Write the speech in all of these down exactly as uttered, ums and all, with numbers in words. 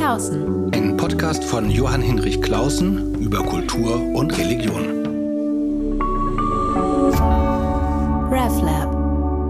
Clausen. Ein Podcast von Johann Hinrich Clausen über Kultur und Religion. RevLab.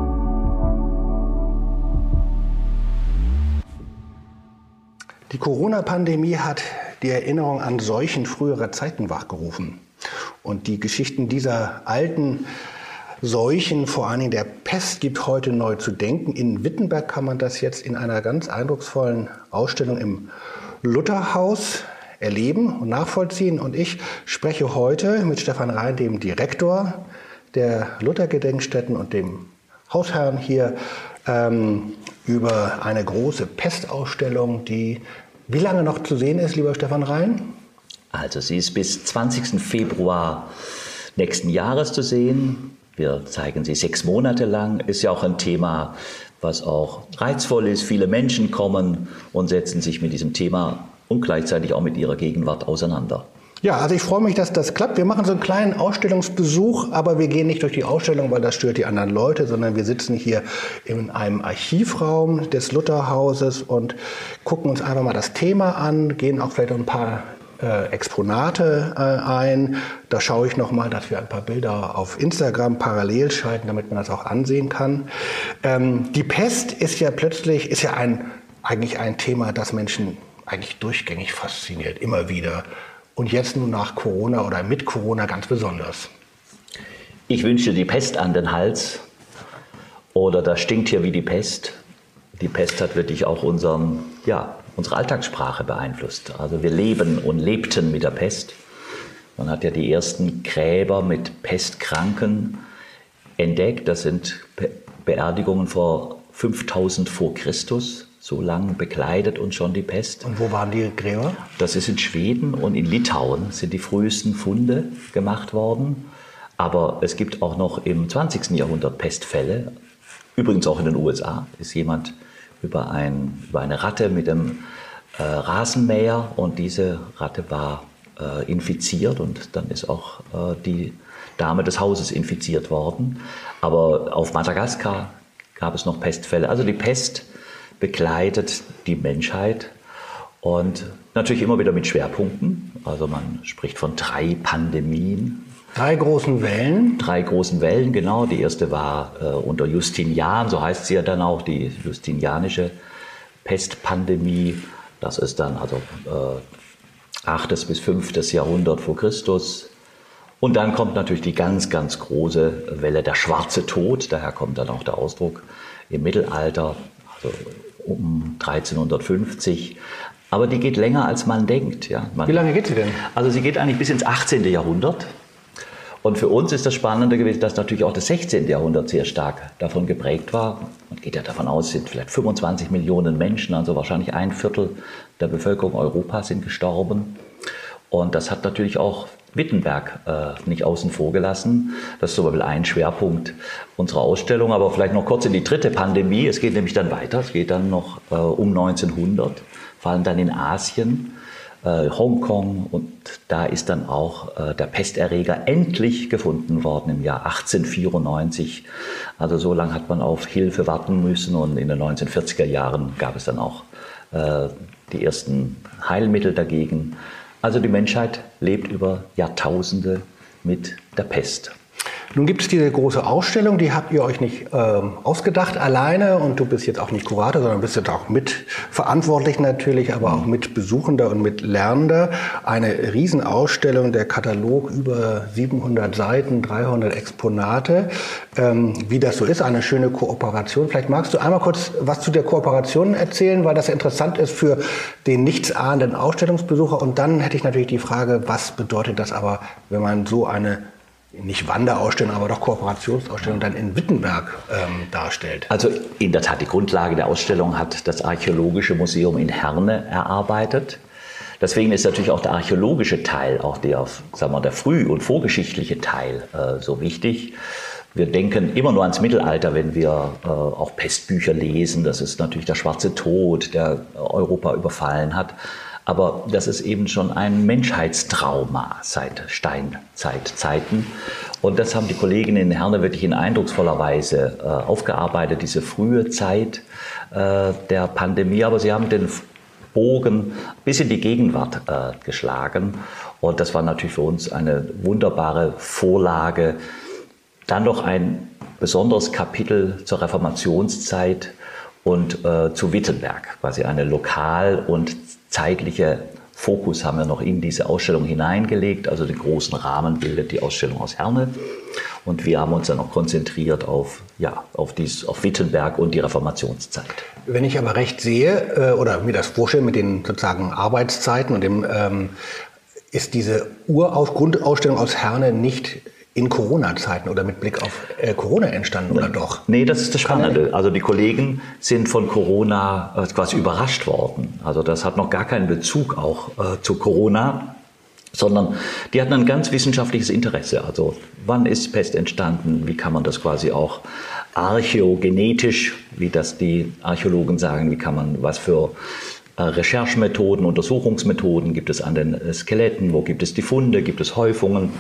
Die Corona-Pandemie hat die Erinnerung an Seuchen früherer Zeiten wachgerufen. Und die Geschichten dieser alten Seuchen, vor allen Dingen der Pest, gibt heute neu zu denken. In Wittenberg kann man das jetzt in einer ganz eindrucksvollen Ausstellung im Lutherhaus erleben und nachvollziehen. Und ich spreche heute mit Stefan Rhein, dem Direktor der Luthergedenkstätten und dem Hausherrn hier, ähm, über eine große Pestausstellung, die wie lange noch zu sehen ist, lieber Stefan Rhein? Also sie ist bis zwanzigsten Februar nächsten Jahres zu sehen. Wir zeigen sie sechs Monate lang. Ist ja auch ein Thema, was auch reizvoll ist. Viele Menschen kommen und setzen sich mit diesem Thema und gleichzeitig auch mit ihrer Gegenwart auseinander. Ja, also ich freue mich, dass das klappt. Wir machen so einen kleinen Ausstellungsbesuch, aber wir gehen nicht durch die Ausstellung, weil das stört die anderen Leute, sondern wir sitzen hier in einem Archivraum des Lutherhauses und gucken uns einfach mal das Thema an, gehen auch vielleicht noch ein paar äh, Exponate äh, ein. Da schaue ich noch mal, dass wir ein paar Bilder auf Instagram parallel schalten, damit man das auch ansehen kann. Ähm, die Pest ist ja plötzlich, ist ja ein, eigentlich ein Thema, das Menschen eigentlich durchgängig fasziniert, immer wieder. Und jetzt nun nach Corona oder mit Corona ganz besonders. Ich wünsche die Pest an den Hals oder das stinkt hier wie die Pest. Die Pest hat wirklich auch unseren, ja, unsere Alltagssprache beeinflusst. Also wir leben und lebten mit der Pest. Man hat ja die ersten Gräber mit Pestkranken entdeckt. Das sind Be- Beerdigungen vor fünftausend vor Christus. So lang begleitet uns schon die Pest. Und wo waren die Gräber? Das ist in Schweden und in Litauen sind die frühesten Funde gemacht worden. Aber es gibt auch noch im zwanzigsten Jahrhundert Pestfälle. Übrigens auch in den U S A ist jemand über, ein, über eine Ratte mit dem äh, Rasenmäher und diese Ratte war äh, infiziert und dann ist auch äh, die Dame des Hauses infiziert worden. Aber auf Madagaskar gab es noch Pestfälle. Also die Pest begleitet die Menschheit und natürlich immer wieder mit Schwerpunkten. Also man spricht von drei Pandemien. Drei großen Wellen. Drei großen Wellen, genau. Die erste war äh, unter Justinian, so heißt sie ja dann auch, die justinianische Pestpandemie. Das ist dann also äh, achtes bis fünftes Jahrhundert vor Christus. Und dann kommt natürlich die ganz, ganz große Welle, der schwarze Tod. Daher kommt dann auch der Ausdruck im Mittelalter, also um dreizehnhundertfünfzig. Aber die geht länger, als man denkt. Ja. Man, Wie lange geht sie denn? Also sie geht eigentlich bis ins achtzehnten Jahrhundert. Und für uns ist das Spannende gewesen, dass natürlich auch das sechzehnten Jahrhundert sehr stark davon geprägt war. Man geht ja davon aus, es sind vielleicht fünfundzwanzig Millionen Menschen, also wahrscheinlich ein Viertel der Bevölkerung Europas sind gestorben. Und das hat natürlich auch Wittenberg äh, nicht außen vor gelassen. Das ist zum Beispiel ein Schwerpunkt unserer Ausstellung. Aber vielleicht noch kurz in die dritte Pandemie. Es geht nämlich dann weiter. Es geht dann noch äh, um neunzehnhundert, vor allem dann in Asien, äh, Hongkong. Und da ist dann auch äh, der Pesterreger endlich gefunden worden im Jahr achtzehnhundertvierundneunzig. Also so lange hat man auf Hilfe warten müssen. Und in den neunzehnhundertvierziger Jahren gab es dann auch äh, die ersten Heilmittel dagegen. Also die Menschheit lebt über Jahrtausende mit der Pest. Nun gibt es diese große Ausstellung, die habt ihr euch nicht ähm, ausgedacht alleine und du bist jetzt auch nicht Kurator, sondern bist jetzt auch mitverantwortlich natürlich, aber auch Mitbesuchender und Mitlernender. Eine Riesenausstellung, der Katalog über siebenhundert Seiten, dreihundert Exponate. Ähm, wie das so ist, eine schöne Kooperation. Vielleicht magst du einmal kurz was zu der Kooperation erzählen, weil das interessant ist für den nichtsahnenden Ausstellungsbesucher. Und dann hätte ich natürlich die Frage, was bedeutet das aber, wenn man so eine nicht Wanderausstellung, aber doch Kooperationsausstellung dann in Wittenberg ähm, darstellt. Also in der Tat, die Grundlage der Ausstellung hat das Archäologische Museum in Herne erarbeitet. Deswegen ist natürlich auch der archäologische Teil, auch der, sagen wir, der früh- und vorgeschichtliche Teil äh, so wichtig. Wir denken immer nur ans Mittelalter, wenn wir äh, auch Pestbücher lesen. Das ist natürlich der schwarze Tod, der Europa überfallen hat. Aber das ist eben schon ein Menschheitstrauma seit Steinzeitzeiten. Und das haben die Kolleginnen in Herne wirklich in eindrucksvoller Weise äh, aufgearbeitet, diese frühe Zeit äh, der Pandemie. Aber sie haben den Bogen bis in die Gegenwart äh, geschlagen. Und das war natürlich für uns eine wunderbare Vorlage. Dann noch ein besonderes Kapitel zur Reformationszeit und äh, zu Wittenberg, quasi eine lokal- und zeitliche Fokus haben wir noch in diese Ausstellung hineingelegt. Also den großen Rahmen bildet die Ausstellung aus Herne. Und wir haben uns dann auch konzentriert auf, ja, auf, dies, auf Wittenberg und die Reformationszeit. Wenn ich aber recht sehe, äh, oder mir das vorstelle mit den sozusagen Arbeitszeiten und dem, ähm, ist diese Urausstellung aus Herne nicht in Corona-Zeiten oder mit Blick auf äh, Corona entstanden, oder doch? Nee, das ist das Spannende. Also die Kollegen sind von Corona äh, quasi überrascht worden. Also das hat noch gar keinen Bezug auch äh, zu Corona, sondern die hatten ein ganz wissenschaftliches Interesse. Also wann ist Pest entstanden? Wie kann man das quasi auch archäogenetisch, wie das die Archäologen sagen, wie kann man, was für äh, Recherchemethoden, Untersuchungsmethoden gibt es an den äh, Skeletten? Wo gibt es die Funde? Gibt es Häufungen?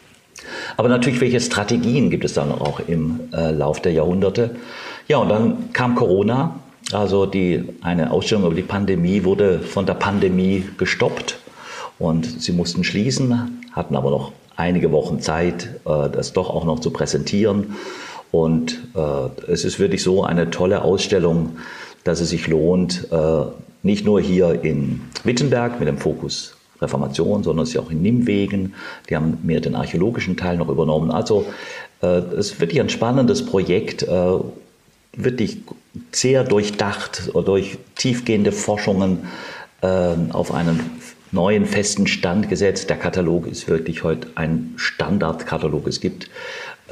Aber natürlich, welche Strategien gibt es dann auch im äh, Lauf der Jahrhunderte? Ja, und dann kam Corona. Also die, eine Ausstellung über die Pandemie wurde von der Pandemie gestoppt. Und sie mussten schließen, hatten aber noch einige Wochen Zeit, äh, das doch auch noch zu präsentieren. Und äh, es ist wirklich so eine tolle Ausstellung, dass es sich lohnt, äh, nicht nur hier in Wittenberg mit dem Fokus Reformation, sondern es ist ja auch in Nimwegen. Die haben mehr den archäologischen Teil noch übernommen. Also äh, es ist wirklich ein spannendes Projekt, äh, wirklich sehr durchdacht durch tiefgehende Forschungen äh, auf einen neuen festen Stand gesetzt. Der Katalog ist wirklich heute ein Standardkatalog. Es gibt äh,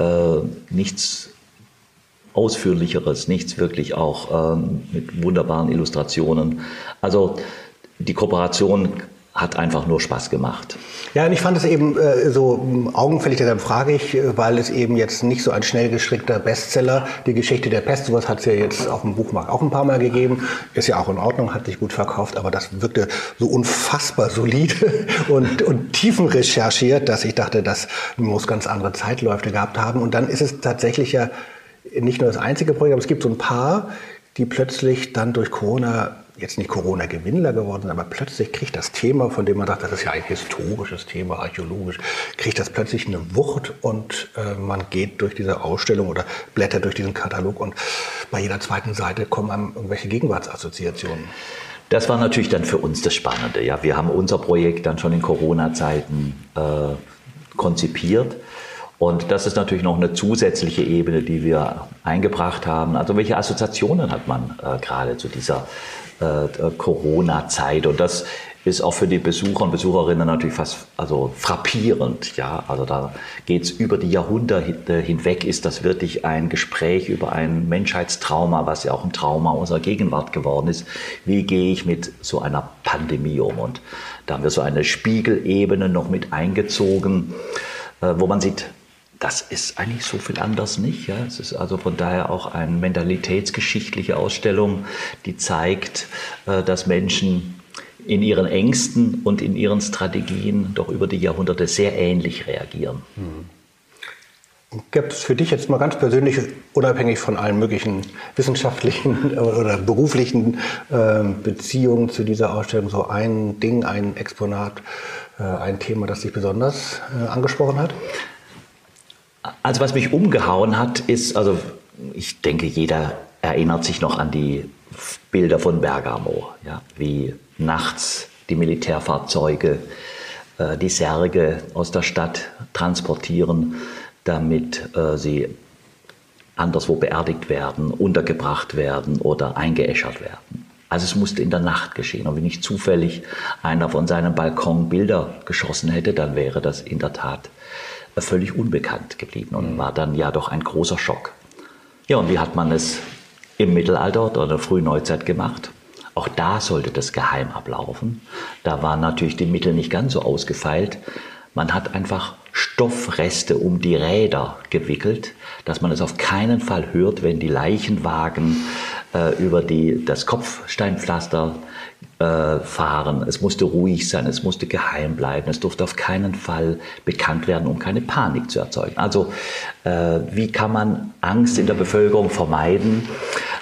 nichts Ausführlicheres, nichts wirklich auch äh, mit wunderbaren Illustrationen. Also die Kooperation hat einfach nur Spaß gemacht. Ja, und ich fand es eben äh, so augenfällig, deshalb frage ich, weil es eben jetzt nicht so ein schnell gestrickter Bestseller, die Geschichte der Pest, sowas hat es ja jetzt auf dem Buchmarkt auch ein paar Mal gegeben, ist ja auch in Ordnung, hat sich gut verkauft, aber das wirkte so unfassbar solide und, und tiefenrecherchiert, dass ich dachte, das muss ganz andere Zeitläufe gehabt haben. Und dann ist es tatsächlich ja nicht nur das einzige Projekt, aber es gibt so ein paar, die plötzlich dann durch Corona jetzt nicht Corona-Gewinnler geworden sind, aber plötzlich kriegt das Thema, von dem man dachte, das ist ja ein historisches Thema, archäologisch, kriegt das plötzlich eine Wucht und äh, man geht durch diese Ausstellung oder blättert durch diesen Katalog und bei jeder zweiten Seite kommen einem irgendwelche Gegenwartsassoziationen. Das war natürlich dann für uns das Spannende. Ja, wir haben unser Projekt dann schon in Corona-Zeiten äh, konzipiert. Und das ist natürlich noch eine zusätzliche Ebene, die wir eingebracht haben. Also welche Assoziationen hat man äh, gerade zu dieser äh, Corona-Zeit? Und das ist auch für die Besucher und Besucherinnen natürlich fast also frappierend. Ja? Also da geht es über die Jahrhunderte hinweg, ist das wirklich ein Gespräch über ein Menschheitstrauma, was ja auch ein Trauma unserer Gegenwart geworden ist. Wie gehe ich mit so einer Pandemie um? Und da haben wir so eine Spiegelebene noch mit eingezogen, äh, wo man sieht, das ist eigentlich so viel anders nicht. Ja? Es ist also von daher auch eine mentalitätsgeschichtliche Ausstellung, die zeigt, dass Menschen in ihren Ängsten und in ihren Strategien doch über die Jahrhunderte sehr ähnlich reagieren. Gibt es für dich jetzt mal ganz persönlich, unabhängig von allen möglichen wissenschaftlichen oder beruflichen Beziehungen zu dieser Ausstellung, so ein Ding, ein Exponat, ein Thema, das dich besonders angesprochen hat? Also was mich umgehauen hat, ist, also ich denke, jeder erinnert sich noch an die Bilder von Bergamo, ja, wie nachts die Militärfahrzeuge äh, die Särge aus der Stadt transportieren, damit äh, sie anderswo beerdigt werden, untergebracht werden oder eingeäschert werden. Also es musste in der Nacht geschehen. Und wenn nicht zufällig einer von seinem Balkon Bilder geschossen hätte, dann wäre das in der Tat völlig unbekannt geblieben und war dann ja doch ein großer Schock. Ja, und wie hat man es im Mittelalter oder in der frühen Neuzeit gemacht? Auch da sollte das geheim ablaufen. Da waren natürlich die Mittel nicht ganz so ausgefeilt. Man hat einfach Stoffreste um die Räder gewickelt, dass man es auf keinen Fall hört, wenn die Leichenwagen äh, über die, das Kopfsteinpflaster äh, fahren. Es musste ruhig sein, es musste geheim bleiben, es durfte auf keinen Fall bekannt werden, um keine Panik zu erzeugen. Also äh, wie kann man Angst in der Bevölkerung vermeiden?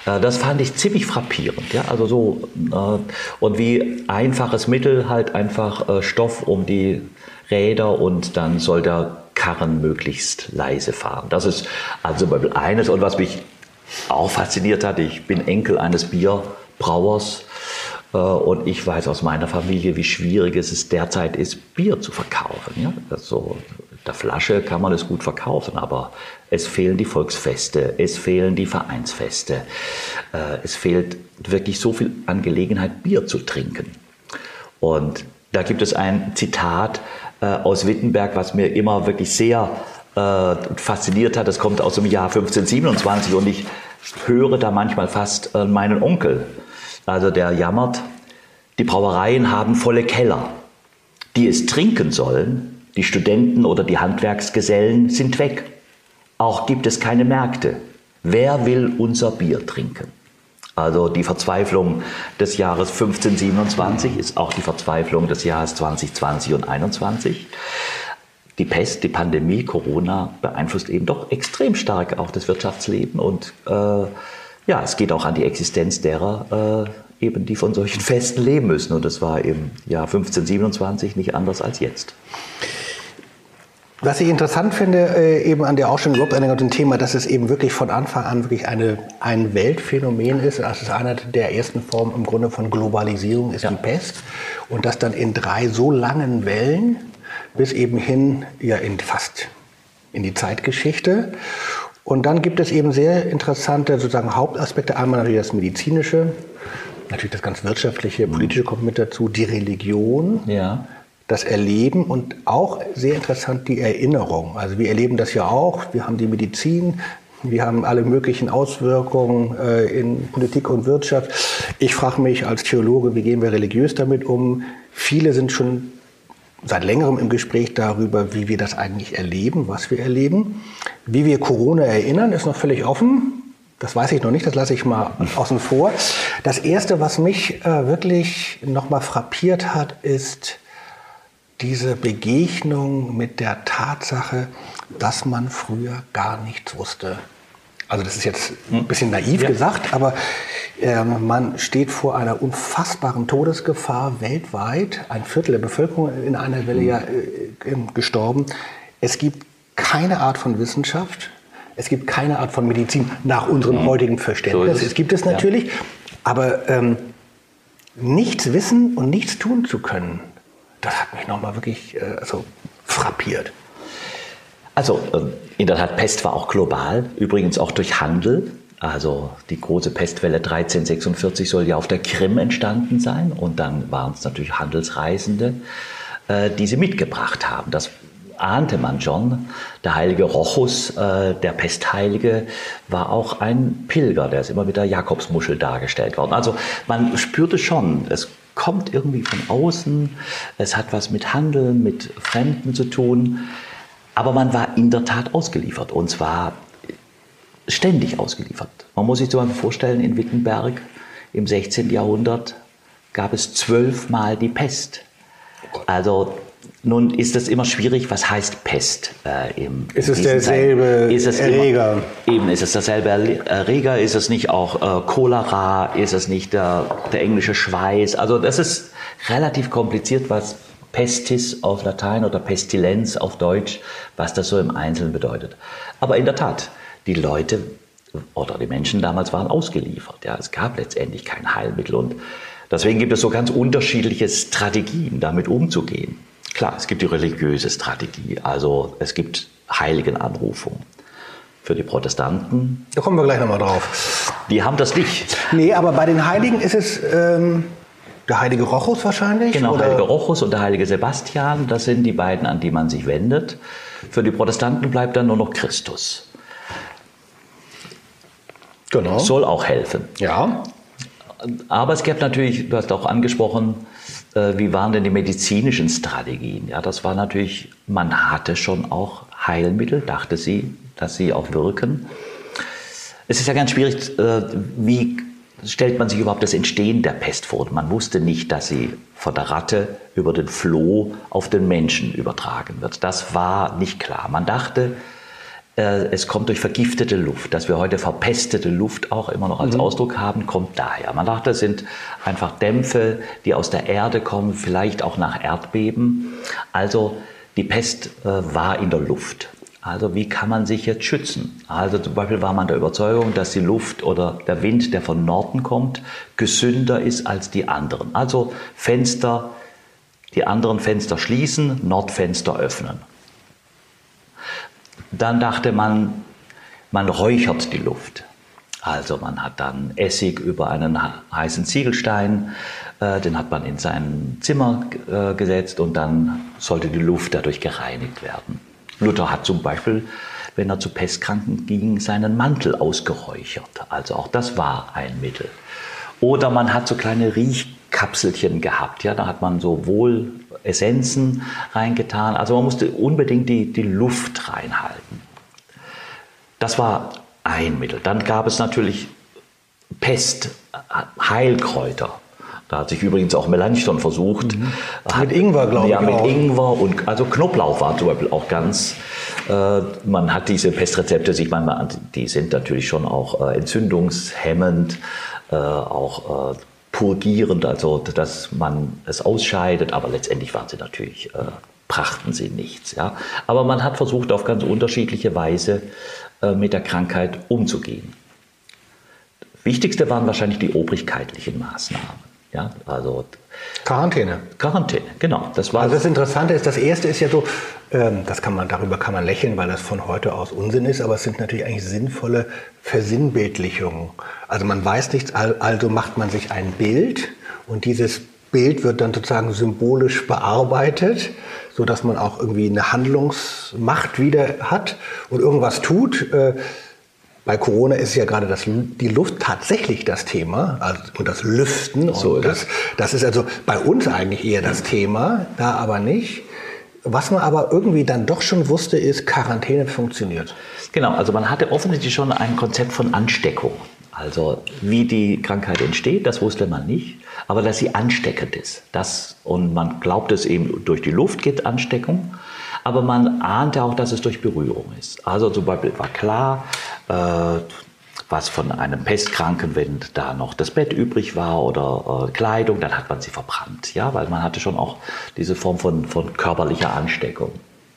Äh, das fand ich ziemlich frappierend. Ja? Also so, äh, und wie einfaches Mittel halt einfach äh, Stoff um die Räder und dann soll der Karren möglichst leise fahren. Das ist also Beispiel eines. Und was mich auch fasziniert hat, ich bin Enkel eines Bierbrauers äh, und ich weiß aus meiner Familie, wie schwierig es derzeit ist, Bier zu verkaufen. Ja? Also, der Flasche kann man es gut verkaufen, aber es fehlen die Volksfeste, es fehlen die Vereinsfeste, äh, es fehlt wirklich so viel an Gelegenheit, Bier zu trinken. Und da gibt es ein Zitat äh, aus Wittenberg, was mir immer wirklich sehr äh, fasziniert hat. Das kommt aus dem Jahr fünfzehnhundertsiebenundzwanzig und ich höre da manchmal fast äh, meinen Onkel. Also der jammert, die Brauereien haben volle Keller, die es trinken sollen. Die Studenten oder die Handwerksgesellen sind weg. Auch gibt es keine Märkte. Wer will unser Bier trinken? Also die Verzweiflung des Jahres fünfzehnhundertsiebenundzwanzig ist auch die Verzweiflung des Jahres zwanzig zwanzig und einundzwanzig. Die Pest, die Pandemie, Corona beeinflusst eben doch extrem stark auch das Wirtschaftsleben. Und äh, ja, es geht auch an die Existenz derer, äh, eben die von solchen Festen leben müssen. Und das war im Jahr fünfzehnhundertsiebenundzwanzig nicht anders als jetzt. Was ich interessant finde, äh, eben an der Ausstellung überhaupt an dem Thema, dass es eben wirklich von Anfang an wirklich eine, ein Weltphänomen ist. Das ist eine der ersten Formen im Grunde von Globalisierung, ist ja. die Pest. Und das dann in drei so langen Wellen bis eben hin, ja, in fast in die Zeitgeschichte. Und dann gibt es eben sehr interessante sozusagen Hauptaspekte. Einmal natürlich das Medizinische, natürlich das ganz Wirtschaftliche, Politische kommt mit dazu, die Religion. Ja. Das Erleben und auch sehr interessant die Erinnerung. Also wir erleben das ja auch, wir haben die Medizin, wir haben alle möglichen Auswirkungen äh, in Politik und Wirtschaft. Ich frage mich als Theologe, wie gehen wir religiös damit um? Viele sind schon seit längerem im Gespräch darüber, wie wir das eigentlich erleben, was wir erleben. Wie wir Corona erinnern, ist noch völlig offen. Das weiß ich noch nicht, das lasse ich mal außen vor. Das Erste, was mich äh, wirklich nochmal frappiert hat, ist diese Begegnung mit der Tatsache, dass man früher gar nichts wusste. Also das ist jetzt ein bisschen naiv ja. gesagt, aber äh, man steht vor einer unfassbaren Todesgefahr weltweit. Ein Viertel der Bevölkerung in einer Welle ja äh, gestorben. Es gibt keine Art von Wissenschaft, es gibt keine Art von Medizin nach unserem mhm. heutigen Verständnis. So es gibt es natürlich, ja. aber ähm, nichts wissen und nichts tun zu können, das hat mich nochmal wirklich äh, so frappiert. Also in der Tat, Pest war auch global, übrigens auch durch Handel. Also die große Pestwelle dreizehnhundertsechsundvierzig soll ja auf der Krim entstanden sein. Und dann waren es natürlich Handelsreisende, äh, die sie mitgebracht haben. Das ahnte man schon. Der heilige Rochus, äh, der Pestheilige, war auch ein Pilger. Der ist immer mit der Jakobsmuschel dargestellt worden. Also man spürte schon, es kommt irgendwie von außen, es hat was mit Handel, mit Fremden zu tun, aber man war in der Tat ausgeliefert und zwar ständig ausgeliefert. Man muss sich so mal vorstellen, in Wittenberg im sechzehnten Jahrhundert gab es zwölfmal die Pest. Also nun ist es immer schwierig, was heißt Pest? Äh, im, ist es derselbe ist es Erreger? Immer, eben, ist es derselbe Erreger? Ist es nicht auch äh, Cholera? Ist es nicht der, der englische Schweiß? Also das ist relativ kompliziert, was Pestis auf Latein oder Pestilenz auf Deutsch, was das so im Einzelnen bedeutet. Aber in der Tat, die Leute oder die Menschen damals waren ausgeliefert. Ja, es gab letztendlich kein Heilmittel und deswegen gibt es so ganz unterschiedliche Strategien, damit umzugehen. Klar, es gibt die religiöse Strategie, also es gibt Heiligenanrufung. Für die Protestanten. Da kommen wir gleich nochmal drauf. Die haben das nicht. Nee, aber bei den Heiligen ist es ähm, der heilige Rochus wahrscheinlich? Genau, oder? Heilige Rochus und der heilige Sebastian, das sind die beiden, an die man sich wendet. Für die Protestanten bleibt dann nur noch Christus. Genau. Soll auch helfen. Ja. Aber es gibt natürlich, du hast auch angesprochen, wie waren denn die medizinischen Strategien? Ja, das war natürlich, man hatte schon auch Heilmittel, dachte sie, dass sie auch wirken. Es ist ja ganz schwierig, wie stellt man sich überhaupt das Entstehen der Pest vor? Man wusste nicht, dass sie von der Ratte über den Floh auf den Menschen übertragen wird. Das war nicht klar. Man dachte, äh, es kommt durch vergiftete Luft. Dass wir heute verpestete Luft auch immer noch als mhm. Ausdruck haben, kommt daher. Man dachte, das sind einfach Dämpfe, die aus der Erde kommen, vielleicht auch nach Erdbeben. Also die Pest äh, war in der Luft. Also wie kann man sich jetzt schützen? Also zum Beispiel war man der Überzeugung, dass die Luft oder der Wind, der von Norden kommt, gesünder ist als die anderen. Also Fenster, die anderen Fenster schließen, Nordfenster öffnen. Dann dachte man, man räuchert die Luft. Also man hat dann Essig über einen heißen Ziegelstein, äh, den hat man in sein Zimmer äh, gesetzt und dann sollte die Luft dadurch gereinigt werden. Luther hat zum Beispiel, wenn er zu Pestkranken ging, seinen Mantel ausgeräuchert. Also auch das war ein Mittel. Oder man hat so kleine Riechkapselchen gehabt. Ja, da hat man so wohl Essenzen reingetan. Also man musste unbedingt die, die Luft reinhalten. Das war ein Mittel. Dann gab es natürlich Pest, Heilkräuter. Da hat sich übrigens auch Melanchthon versucht. Mhm. Hat, mit Ingwer, glaube ja, ich. Ja, mit auch. Ingwer und also Knoblauch war zum Beispiel auch ganz. Äh, man hat diese Pestrezepte, ich meine, die sind natürlich schon auch äh, entzündungshemmend, äh, auch äh, purgierend, also dass man es ausscheidet, aber letztendlich waren sie natürlich, äh, brachten sie nichts. Ja? Aber man hat versucht, auf ganz unterschiedliche Weise äh, mit der Krankheit umzugehen. Wichtigste waren wahrscheinlich die obrigkeitlichen Maßnahmen. Ja, also Quarantäne. Quarantäne, genau. Das war also das Interessante ist, das erste ist ja so, ähm, das kann man, darüber kann man lächeln, weil das von heute aus Unsinn ist, aber es sind natürlich eigentlich sinnvolle Versinnbildlichungen. Also man weiß nichts, also macht man sich ein Bild und dieses Bild wird dann sozusagen symbolisch bearbeitet, sodass man auch irgendwie eine Handlungsmacht wieder hat und irgendwas tut. Äh, Bei Corona ist ja gerade das, die Luft tatsächlich das Thema, also, und das Lüften. So und das, das ist also bei uns eigentlich eher das Thema, da aber nicht. Was man aber irgendwie dann doch schon wusste, ist, Quarantäne funktioniert. Genau, also man hatte offensichtlich schon ein Konzept von Ansteckung. Also wie die Krankheit entsteht, das wusste man nicht, aber dass sie ansteckend ist. Das, und man glaubt es eben, durch die Luft geht Ansteckung. Aber man ahnte auch, dass es durch Berührung ist. Also zum Beispiel war klar, äh, was von einem Pestkranken, wenn da noch das Bett übrig war oder äh, Kleidung, dann hat man sie verbrannt. Ja? Weil man hatte schon auch diese Form von, von körperlicher Ansteckung.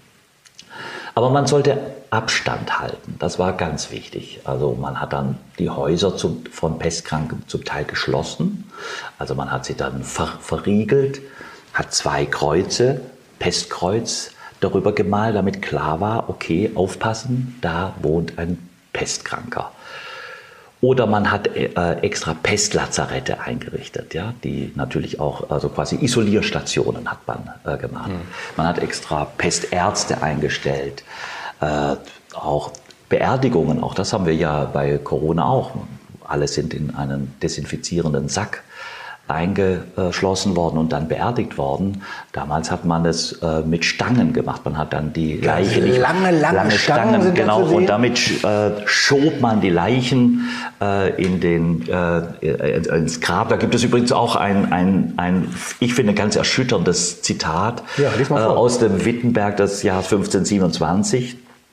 Aber man sollte Abstand halten, das war ganz wichtig. Also man hat dann die Häuser zum, von Pestkranken zum Teil geschlossen. Also man hat sie dann ver, verriegelt, hat zwei Kreuze, Pestkreuz, darüber gemalt, damit klar war, okay, aufpassen, da wohnt ein Pestkranker. Oder man hat äh, extra Pestlazarette eingerichtet, ja, die natürlich auch, also quasi Isolierstationen hat man äh, gemacht. Mhm. Man hat extra Pestärzte eingestellt, äh, auch Beerdigungen, auch das haben wir ja bei Corona auch. Alle sind in einen desinfizierenden Sack eingeschlossen worden und dann beerdigt worden. Damals hat man es äh, mit Stangen gemacht. Man hat dann die Leiche nicht lange, lange, lange Stangen, Stangen sind genau, und damit äh, schob man die Leichen äh, in den äh, ins Grab. Da gibt es übrigens auch ein, ein, ein ich finde, ganz erschütterndes Zitat ja, lies mal vor. äh, aus dem Wittenberg des Jahres fünfzehnhundertsiebenundzwanzig.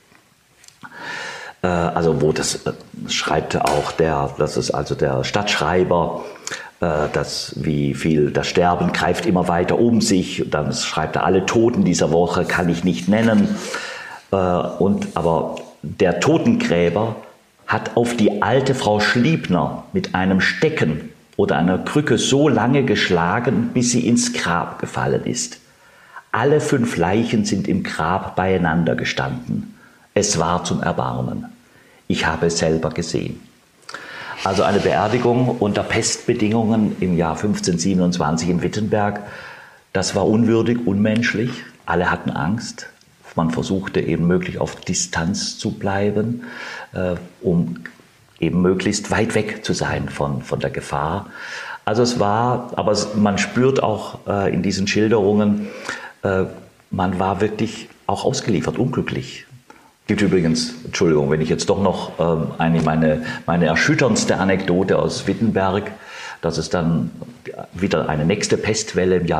Äh, also wo das äh, schreibt auch der, das ist also der Stadtschreiber, dass wie viel das Sterben greift immer weiter um sich. Dann schreibt er, alle Toten dieser Woche kann ich nicht nennen. Und, aber der Totengräber hat auf die alte Frau Schliebner mit einem Stecken oder einer Krücke so lange geschlagen, bis sie ins Grab gefallen ist. Alle fünf Leichen sind im Grab beieinander gestanden. Es war zum Erbarmen. Ich habe es selber gesehen. Also eine Beerdigung unter Pestbedingungen im Jahr fünfzehnhundertsiebenundzwanzig in Wittenberg, das war unwürdig, unmenschlich. Alle hatten Angst. Man versuchte eben möglichst auf Distanz zu bleiben, äh, um eben möglichst weit weg zu sein von, von der Gefahr. Also es war, aber es, man spürt auch äh, in diesen Schilderungen, äh, man war wirklich auch ausgeliefert, unglücklich. Gibt übrigens, Entschuldigung, wenn ich jetzt doch noch ähm, eine, meine, meine erschütterndste Anekdote aus Wittenberg, dass es dann wieder eine nächste Pestwelle im Jahr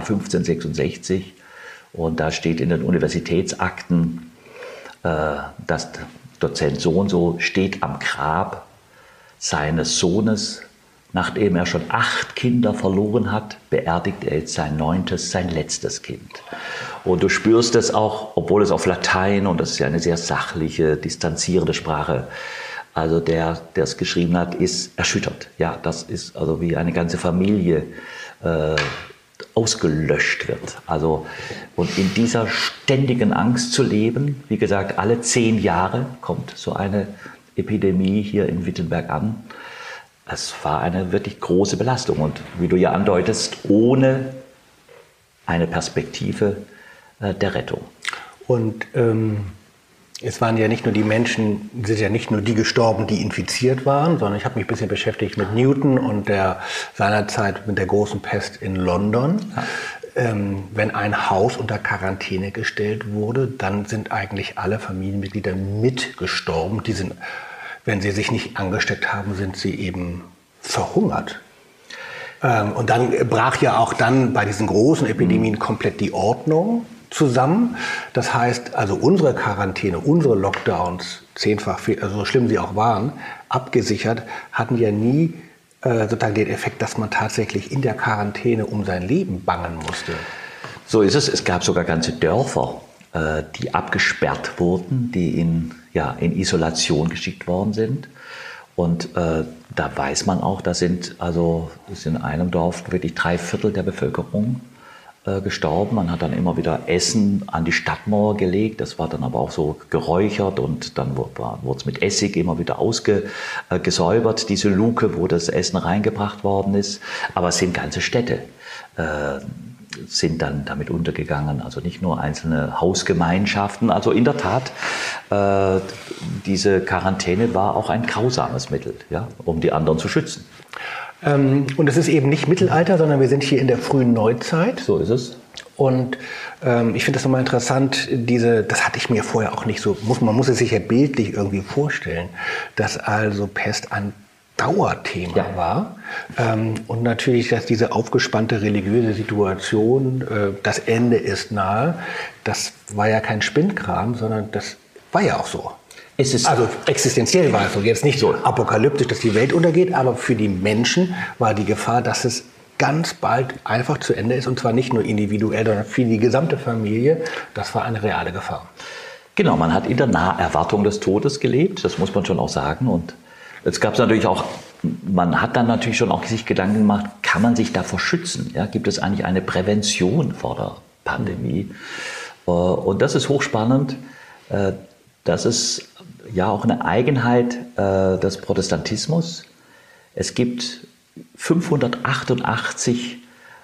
fünfzehnhundertsechsundsechzig und da steht in den Universitätsakten, äh, dass Dozent so und so steht am Grab seines Sohnes. Nachdem er schon acht Kinder verloren hat, beerdigt er jetzt sein neuntes, sein letztes Kind. Und du spürst es auch, obwohl es auf Latein, und das ist ja eine sehr sachliche, distanzierende Sprache, also der, der es geschrieben hat, ist erschüttert. Ja, das ist also wie eine ganze Familie äh, ausgelöscht wird. Also, und in dieser ständigen Angst zu leben, wie gesagt, alle zehn Jahre kommt so eine Epidemie hier in Wittenberg an. Es war eine wirklich große Belastung und wie du ja andeutest, ohne eine Perspektive äh, der Rettung. Und ähm, es waren ja nicht nur die Menschen, sind ja nicht nur die gestorben, die infiziert waren, sondern ich habe mich ein bisschen beschäftigt mit Newton und der seinerzeit mit der großen Pest in London. Ja. Ähm, wenn ein Haus unter Quarantäne gestellt wurde, dann sind eigentlich alle Familienmitglieder mitgestorben. Die sind Wenn sie sich nicht angesteckt haben, sind sie eben verhungert. Ähm, und dann brach ja auch dann bei diesen großen Epidemien komplett die Ordnung zusammen. Das heißt, also unsere Quarantäne, unsere Lockdowns, zehnfach, also so schlimm sie auch waren, abgesichert, hatten ja nie äh, sozusagen den Effekt, dass man tatsächlich in der Quarantäne um sein Leben bangen musste. So ist es. Es gab sogar ganze Dörfer, äh, die abgesperrt wurden, die in ja, in Isolation geschickt worden sind. Und äh, da weiß man auch, da sind also ist in einem Dorf wirklich drei Viertel der Bevölkerung äh, gestorben. Man hat dann immer wieder Essen an die Stadtmauer gelegt. Das war dann aber auch so geräuchert und dann wurde es mit Essig immer wieder ausgesäubert, äh, diese Luke, wo das Essen reingebracht worden ist. Aber es sind ganze Städte. Äh, sind dann damit untergegangen, also nicht nur einzelne Hausgemeinschaften. Also in der Tat, äh, diese Quarantäne war auch ein grausames Mittel, ja, um die anderen zu schützen. Ähm, und es ist eben nicht Mittelalter, sondern wir sind hier in der frühen Neuzeit. So ist es. Und ähm, ich finde das nochmal interessant, diese, das hatte ich mir vorher auch nicht so, muss, man muss es sich ja bildlich irgendwie vorstellen, dass also Pest ein Dauerthema ja. war. Ähm, und natürlich, dass diese aufgespannte religiöse Situation, äh, das Ende ist nahe, das war ja kein Spinnkram, sondern das war ja auch so. Es ist also existenziell war es so. Jetzt nicht so apokalyptisch, dass die Welt untergeht, aber für die Menschen war die Gefahr, dass es ganz bald einfach zu Ende ist. Und zwar nicht nur individuell, sondern für die gesamte Familie. Das war eine reale Gefahr. Genau, man hat in der Naherwartung des Todes gelebt, das muss man schon auch sagen. Und es gab natürlich auch, man hat dann natürlich schon auch sich Gedanken gemacht, kann man sich davor schützen? Ja, gibt es eigentlich eine Prävention vor der Pandemie? Und das ist hochspannend. Das ist ja auch eine Eigenheit des Protestantismus. Es gibt fünfhundertachtundachtzig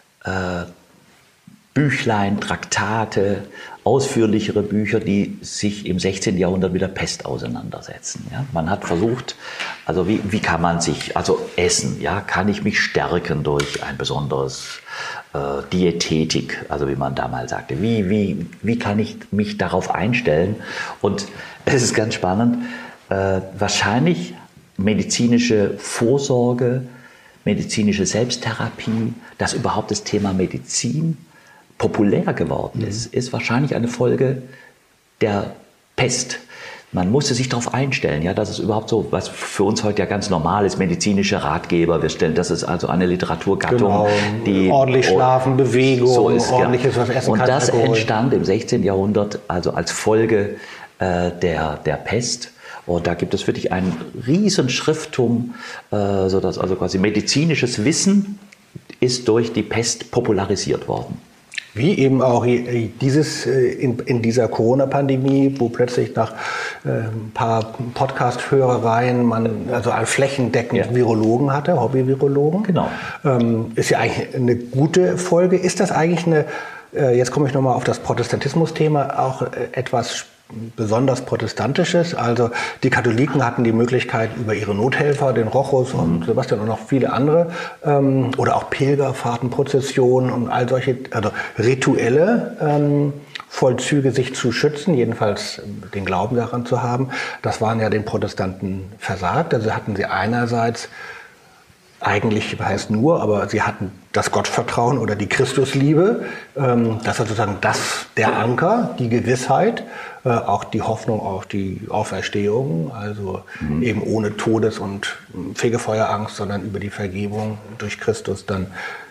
Büchlein, Traktate, ausführlichere Bücher, die sich im sechzehnten Jahrhundert mit der Pest auseinandersetzen. Ja, man hat versucht, also wie, wie kann man sich, also essen, ja, kann ich mich stärken durch ein besonderes äh, Diätetik, also wie man damals sagte, wie, wie, wie kann ich mich darauf einstellen? Und es ist ganz spannend, äh, wahrscheinlich medizinische Vorsorge, medizinische Selbsttherapie, dass überhaupt das Thema Medizin populär geworden ist, ist wahrscheinlich eine Folge der Pest. Man musste sich darauf einstellen, ja, dass es überhaupt so, was für uns heute ja ganz normal ist, medizinische Ratgeber. Wir stellen, das ist also eine Literaturgattung, genau. die ordentlich schlafen, Bewegung, so ist, ordentliches ja. was essen Und kann. das Alkohol. entstand im sechzehnten Jahrhundert, also als Folge äh, der, der Pest. Und da gibt es wirklich ein riesen Schrifttum, äh, sodass also quasi medizinisches Wissen ist durch die Pest popularisiert worden. Wie eben auch dieses in, in dieser Corona-Pandemie, wo plötzlich nach äh, ein paar Podcast-Hörereien man also einen flächendeckend ja. Virologen hatte, Hobby-Virologen. Genau. Ähm, ist ja eigentlich eine gute Folge. Ist das eigentlich eine, äh, jetzt komme ich nochmal auf das Protestantismus-Thema, auch äh, etwas besonders Protestantisches? Also die Katholiken hatten die Möglichkeit, über ihre Nothelfer, den Rochus und Sebastian und noch viele andere, ähm, oder auch Pilgerfahrten, Prozessionen und all solche, also rituelle ähm, Vollzüge sich zu schützen, jedenfalls den Glauben daran zu haben. Das waren ja den Protestanten versagt. Also hatten sie einerseits eigentlich heißt nur, aber sie hatten das Gottvertrauen oder die Christusliebe. Ähm, das war sozusagen das, der Anker, die Gewissheit, äh, auch die Hoffnung auf die Auferstehung, also mhm. eben ohne Todes- und Fegefeuerangst, sondern über die Vergebung durch Christus dann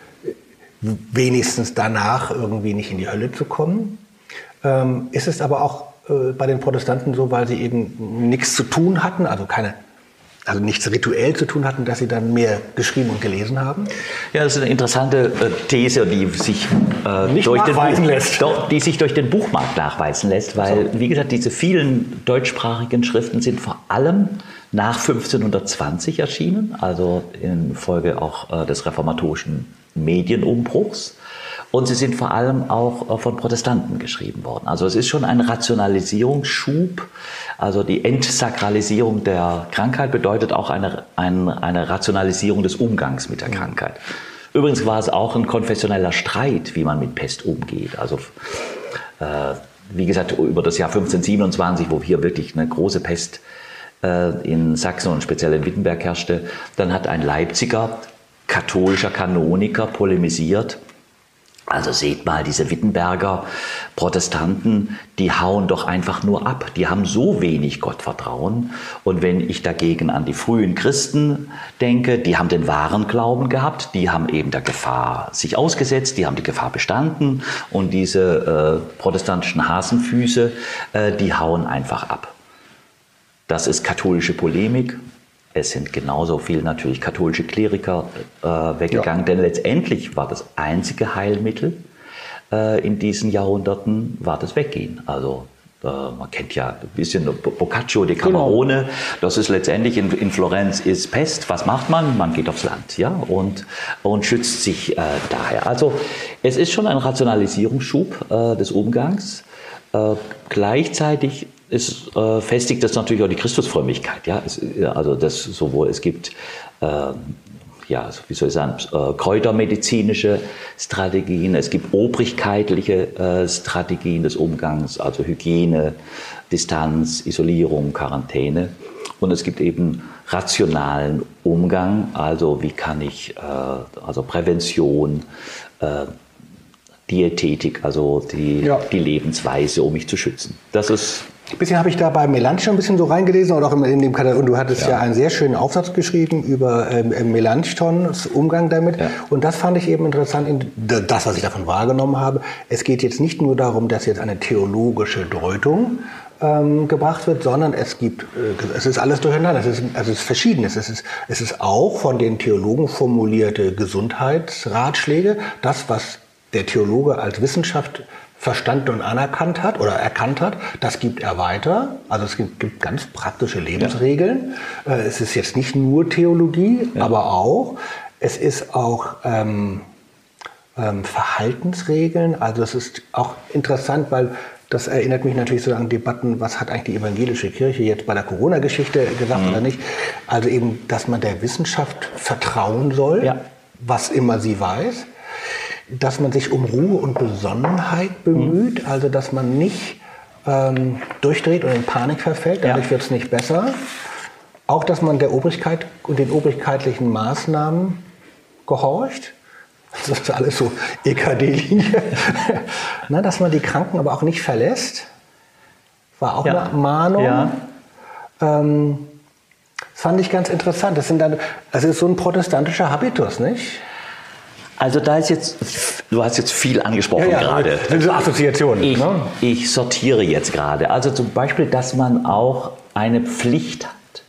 wenigstens danach irgendwie nicht in die Hölle zu kommen. Ähm, ist es aber auch äh, bei den Protestanten so, weil sie eben nichts zu tun hatten, also keine also nichts rituell zu tun hatten, dass sie dann mehr geschrieben und gelesen haben? Ja, das ist eine interessante äh, These, die sich, äh, Nicht durch den nachweisen Buch, lässt. Doch, die sich durch den Buchmarkt nachweisen lässt, weil, so. wie gesagt, diese vielen deutschsprachigen Schriften sind vor allem nach fünfzehnhundertzwanzig erschienen, also infolge auch äh, des reformatorischen Medienumbruchs. Und sie sind vor allem auch von Protestanten geschrieben worden. Also es ist schon ein Rationalisierungsschub. Also die Entsakralisierung der Krankheit bedeutet auch eine, eine, eine Rationalisierung des Umgangs mit der Krankheit. Übrigens war es auch ein konfessioneller Streit, wie man mit Pest umgeht. Also äh, wie gesagt, über das Jahr fünfzehnhundertsiebenundzwanzig, wo hier wirklich eine große Pest äh, in Sachsen und speziell in Wittenberg herrschte, dann hat ein Leipziger katholischer Kanoniker polemisiert. Also seht mal, diese Wittenberger Protestanten, die hauen doch einfach nur ab. Die haben so wenig Gottvertrauen. Und wenn ich dagegen an die frühen Christen denke, die haben den wahren Glauben gehabt, die haben eben der Gefahr sich ausgesetzt, die haben die Gefahr bestanden. Und diese äh, protestantischen Hasenfüße, äh, die hauen einfach ab. Das ist katholische Polemik. Es sind genauso viele natürlich katholische Kleriker äh, weggegangen, ja. Denn letztendlich war das einzige Heilmittel äh, in diesen Jahrhunderten, war das Weggehen. Also äh, man kennt ja ein bisschen Boccaccio de Camerone, genau. Das ist letztendlich in, in Florenz ist Pest. Was macht man? Man geht aufs Land, ja, und, und schützt sich äh, daher. Also es ist schon ein Rationalisierungsschub äh, des Umgangs. Äh, gleichzeitig ist, äh, festigt das natürlich auch die Christusfrömmigkeit. Ja? Es, also das sowohl, es gibt äh, ja, wie soll ich sagen, äh, kräutermedizinische Strategien, es gibt obrigkeitliche äh, Strategien des Umgangs, also Hygiene, Distanz, Isolierung, Quarantäne. Und es gibt eben rationalen Umgang, also wie kann ich, äh, also Prävention, äh, Diätetik, also die, ja. die Lebensweise, um mich zu schützen. Das ist Ein bisschen habe ich da bei Melanchthon ein bisschen so reingelesen und auch in dem Katalog. Und du hattest ja. ja einen sehr schönen Aufsatz geschrieben über ähm, Melanchthons Umgang damit. Ja. Und das fand ich eben interessant, in das, was ich davon wahrgenommen habe. Es geht jetzt nicht nur darum, dass jetzt eine theologische Deutung ähm, gebracht wird, sondern es gibt, äh, es ist alles durcheinander. Es ist, also es ist Verschiedenes. Es ist, es ist auch von den Theologen formulierte Gesundheitsratschläge. Das, was der Theologe als Wissenschaft verstanden und anerkannt hat oder erkannt hat, das gibt er weiter. Also es gibt, gibt ganz praktische Lebensregeln. Ja. Es ist jetzt nicht nur Theologie, ja. aber auch. Es ist auch ähm, ähm, Verhaltensregeln. Also es ist auch interessant, weil das erinnert mich natürlich so an Debatten, was hat eigentlich die evangelische Kirche jetzt bei der Corona-Geschichte gesagt mhm. oder nicht. Also eben, dass man der Wissenschaft vertrauen soll, ja. was immer sie weiß. Dass man sich um Ruhe und Besonnenheit bemüht, also dass man nicht ähm, durchdreht und in Panik verfällt, dadurch ja. wird es nicht besser. Auch, dass man der Obrigkeit und den obrigkeitlichen Maßnahmen gehorcht. Das ist alles so E K D-Linie. Na, dass man die Kranken aber auch nicht verlässt, war auch ja. eine Mahnung. Ja. Ähm, das fand ich ganz interessant. Das sind dann, also ist so ein protestantischer Habitus, nicht? Also da ist jetzt, du hast jetzt viel angesprochen ja, ja, gerade. Diese Assoziationen. Ich, ne? ich sortiere jetzt gerade. Also zum Beispiel, dass man auch eine Pflicht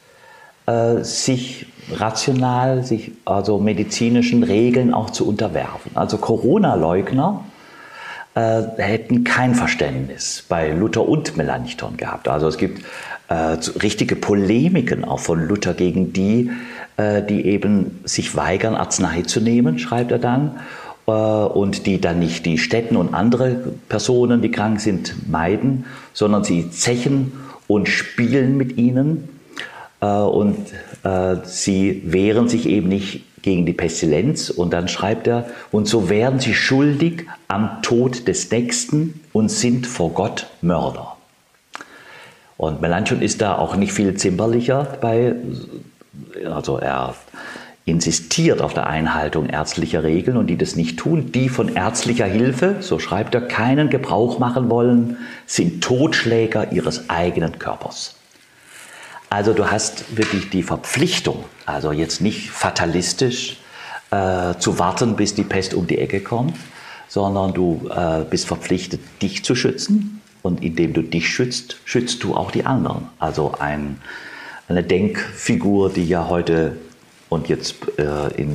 hat, äh, sich rational, sich also medizinischen Regeln auch zu unterwerfen. Also Corona-Leugner äh, hätten kein Verständnis bei Luther und Melanchthon gehabt. Also es gibt äh, richtige Polemiken auch von Luther gegen die, die eben sich weigern, Arznei zu nehmen, schreibt er dann, und die dann nicht die Städten und andere Personen, die krank sind, meiden, sondern sie zechen und spielen mit ihnen, und sie wehren sich eben nicht gegen die Pestilenz. Und dann schreibt er, und so werden sie schuldig am Tod des Nächsten und sind vor Gott Mörder. Und Melanchthon ist da auch nicht viel zimperlicher bei. Also er insistiert auf der Einhaltung ärztlicher Regeln und die das nicht tun, die von ärztlicher Hilfe, so schreibt er, keinen Gebrauch machen wollen, sind Totschläger ihres eigenen Körpers. Also du hast wirklich die Verpflichtung, also jetzt nicht fatalistisch äh, zu warten, bis die Pest um die Ecke kommt, sondern du äh, bist verpflichtet, dich zu schützen. Und indem du dich schützt, schützt du auch die anderen. Also ein, eine Denkfigur, die ja heute und jetzt äh, in,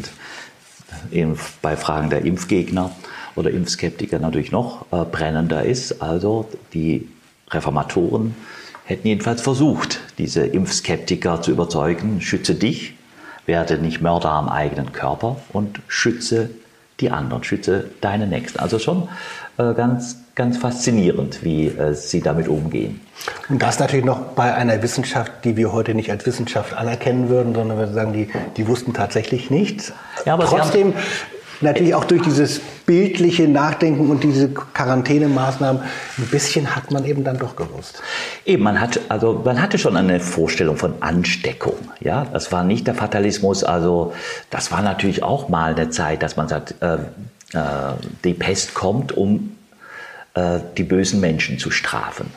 in, bei Fragen der Impfgegner oder Impfskeptiker natürlich noch äh, brennender ist. Also die Reformatoren hätten jedenfalls versucht, diese Impfskeptiker zu überzeugen, schütze dich, werde nicht Mörder am eigenen Körper und schütze die anderen, schütze deine Nächsten. Also schon äh, ganz, ganz faszinierend, wie äh, sie damit umgehen. Und das natürlich noch bei einer Wissenschaft, die wir heute nicht als Wissenschaft anerkennen würden, sondern wir sagen, die, die wussten tatsächlich nichts. Ja, aber trotzdem natürlich auch durch dieses bildliche Nachdenken und diese Quarantänemaßnahmen ein bisschen hat man eben dann doch gewusst. Eben, man hat, also man hatte schon eine Vorstellung von Ansteckung. Ja, das war nicht der Fatalismus. Also das war natürlich auch mal eine Zeit, dass man sagt, äh, äh, die Pest kommt, um äh, die bösen Menschen zu strafen.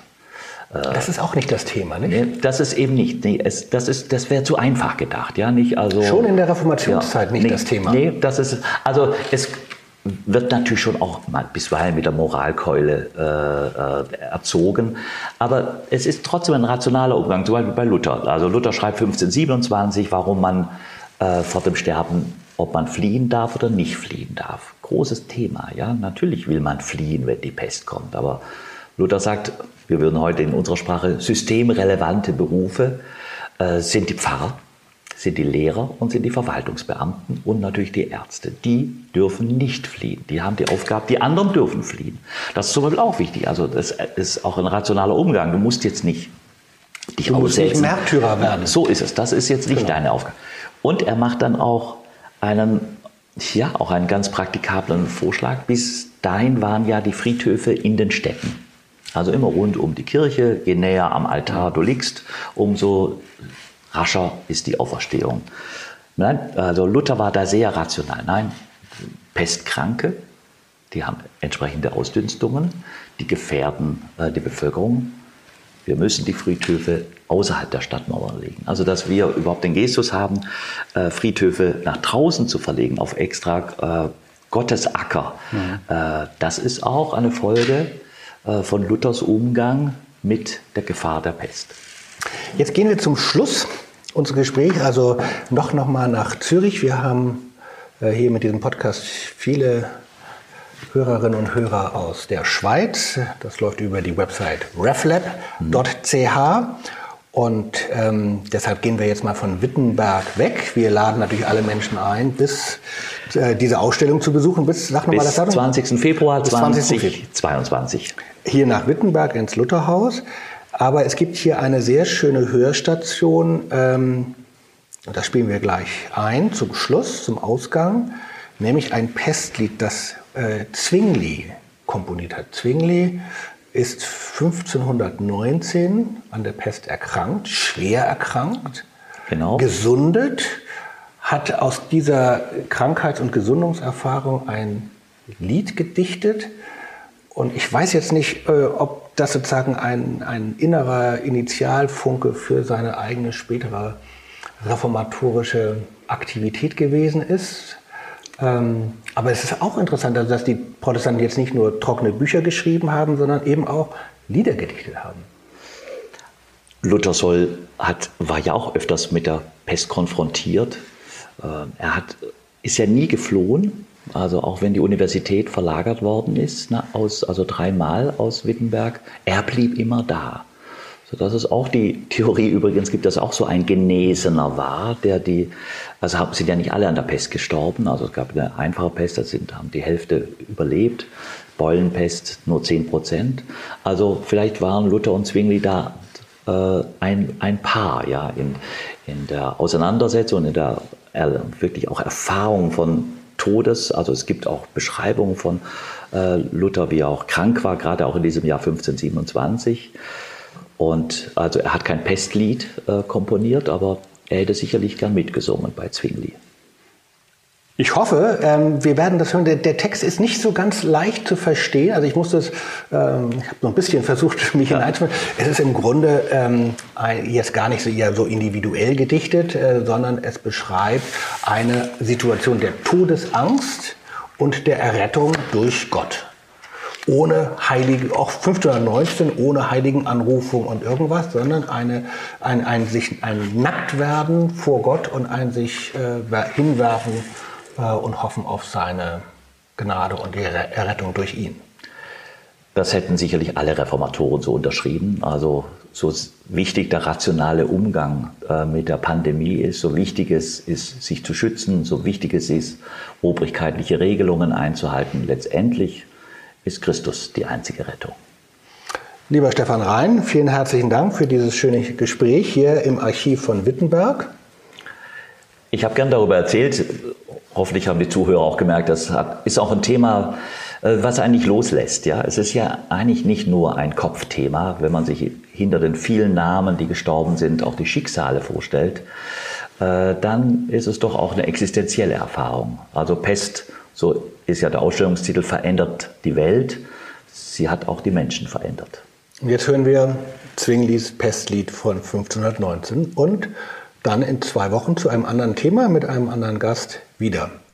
Das ist auch nicht das Thema, nicht? Das ist eben nicht. Nee, es, das ist, das wäre zu einfach gedacht, ja, nicht? Also schon in der Reformationszeit ja, nicht nee, das Thema. Nee, das ist, also es wird natürlich schon auch mal bisweilen mit der Moralkeule äh, äh, erzogen, aber es ist trotzdem ein rationaler Umgang, zum Beispiel bei Luther. Also Luther schreibt fünfzehnhundertsiebenundzwanzig, warum man äh, vor dem Sterben, ob man fliehen darf oder nicht fliehen darf. Großes Thema, ja. Natürlich will man fliehen, wenn die Pest kommt, aber Luther sagt, wir würden heute in unserer Sprache systemrelevante Berufe, äh, sind die Pfarrer, sind die Lehrer und sind die Verwaltungsbeamten und natürlich die Ärzte. Die dürfen nicht fliehen. Die haben die Aufgabe, die anderen dürfen fliehen. Das ist zum Beispiel auch wichtig. Also das ist auch ein rationaler Umgang. Du musst jetzt nicht dich du musst aussetzen. nicht Märtyrer werden. So ist es. Das ist jetzt nicht genau. deine Aufgabe. Und er macht dann auch einen, ja, auch einen ganz praktikablen Vorschlag. Bis dahin waren ja die Friedhöfe in den Städten. Also immer rund um die Kirche, je näher am Altar du liegst, umso rascher ist die Auferstehung. Nein, also Luther war da sehr rational. Nein, Pestkranke, die haben entsprechende Ausdünstungen, die gefährden äh, die Bevölkerung. Wir müssen die Friedhöfe außerhalb der Stadtmauern legen. Also dass wir überhaupt den Gestus haben, äh, Friedhöfe nach draußen zu verlegen, auf extra äh, Gottesacker. Mhm. Äh, das ist auch eine Folge von Luthers Umgang mit der Gefahr der Pest. Jetzt gehen wir zum Schluss unseres Gesprächs, also noch, noch mal nach Zürich. Wir haben äh, hier mit diesem Podcast viele Hörerinnen und Hörer aus der Schweiz. Das läuft über die Website reflab punkt c h. Und ähm, deshalb gehen wir jetzt mal von Wittenberg weg. Wir laden natürlich alle Menschen ein, bis äh, diese Ausstellung zu besuchen. Bis, sag noch bis mal das Datum. zwanzigsten Februar zweitausendzweiundzwanzig. Hier nach Wittenberg ins Lutherhaus. Aber es gibt hier eine sehr schöne Hörstation. Ähm, das spielen wir gleich ein zum Schluss, zum Ausgang. Nämlich ein Pestlied, das äh, Zwingli komponiert hat. Zwingli ist fünfzehnhundertneunzehn an der Pest erkrankt, schwer erkrankt, genau. gesundet, hat aus dieser Krankheits- und Gesundungserfahrung ein Lied gedichtet. Und ich weiß jetzt nicht, ob das sozusagen ein, ein innerer Initialfunke für seine eigene spätere reformatorische Aktivität gewesen ist. Ähm, aber es ist auch interessant, also dass die Protestanten jetzt nicht nur trockene Bücher geschrieben haben, sondern eben auch Lieder gedichtet haben. Luther soll, hat, war ja auch öfters mit der Pest konfrontiert. Ähm, er hat, ist ja nie geflohen, also auch wenn die Universität verlagert worden ist, na, aus, also dreimal aus Wittenberg, er blieb immer da. So, das ist auch die Theorie übrigens, gibt, dass auch so ein Genesener war, der die, also sind ja nicht alle an der Pest gestorben, also es gab eine einfache Pest, da sind, haben die Hälfte überlebt, Beulenpest nur zehn Prozent. Also vielleicht waren Luther und Zwingli da äh, ein, ein Paar, ja, in, in der Auseinandersetzung, in der äh, wirklich auch Erfahrung von Todes, also es gibt auch Beschreibungen von äh, Luther, wie er auch krank war, gerade auch in diesem Jahr fünfzehnhundertsiebenundzwanzig. Und also er hat kein Pestlied äh, komponiert, aber er hätte sicherlich gern mitgesungen bei Zwingli. Ich hoffe, ähm, wir werden das hören. Der, der Text ist nicht so ganz leicht zu verstehen. Also ich musste es, ähm, ich habe so ein bisschen versucht, mich Ja. hineinzufinden. Es ist im Grunde ähm, ein, jetzt gar nicht so eher so individuell gedichtet, äh, sondern es beschreibt eine Situation der Todesangst und der Errettung durch Gott. Ohne heilige, auch fünfzehnhundertneunzehn, ohne Heiligenanrufung und irgendwas, sondern eine, ein, ein, sich, ein Nacktwerden vor Gott und ein sich äh, hinwerfen äh, und hoffen auf seine Gnade und die Errettung durch ihn. Das hätten sicherlich alle Reformatoren so unterschrieben. Also so wichtig der rationale Umgang äh, mit der Pandemie ist, so wichtig es ist, sich zu schützen, so wichtig es ist, obrigkeitliche Regelungen einzuhalten. Letztendlich ist Christus die einzige Rettung. Lieber Stefan Rhein, vielen herzlichen Dank für dieses schöne Gespräch hier im Archiv von Wittenberg. Ich habe gern darüber erzählt. Hoffentlich haben die Zuhörer auch gemerkt, das ist auch ein Thema, was eigentlich loslässt. Ja? Es ist ja eigentlich nicht nur ein Kopfthema, wenn man sich hinter den vielen Namen, die gestorben sind, auch die Schicksale vorstellt, dann ist es doch auch eine existenzielle Erfahrung. Also Pest, so ist ja der Ausstellungstitel, verändert die Welt. Sie hat auch die Menschen verändert. Und jetzt hören wir Zwinglis Pestlied von fünfzehnhundertneunzehn und dann in zwei Wochen zu einem anderen Thema mit einem anderen Gast wieder.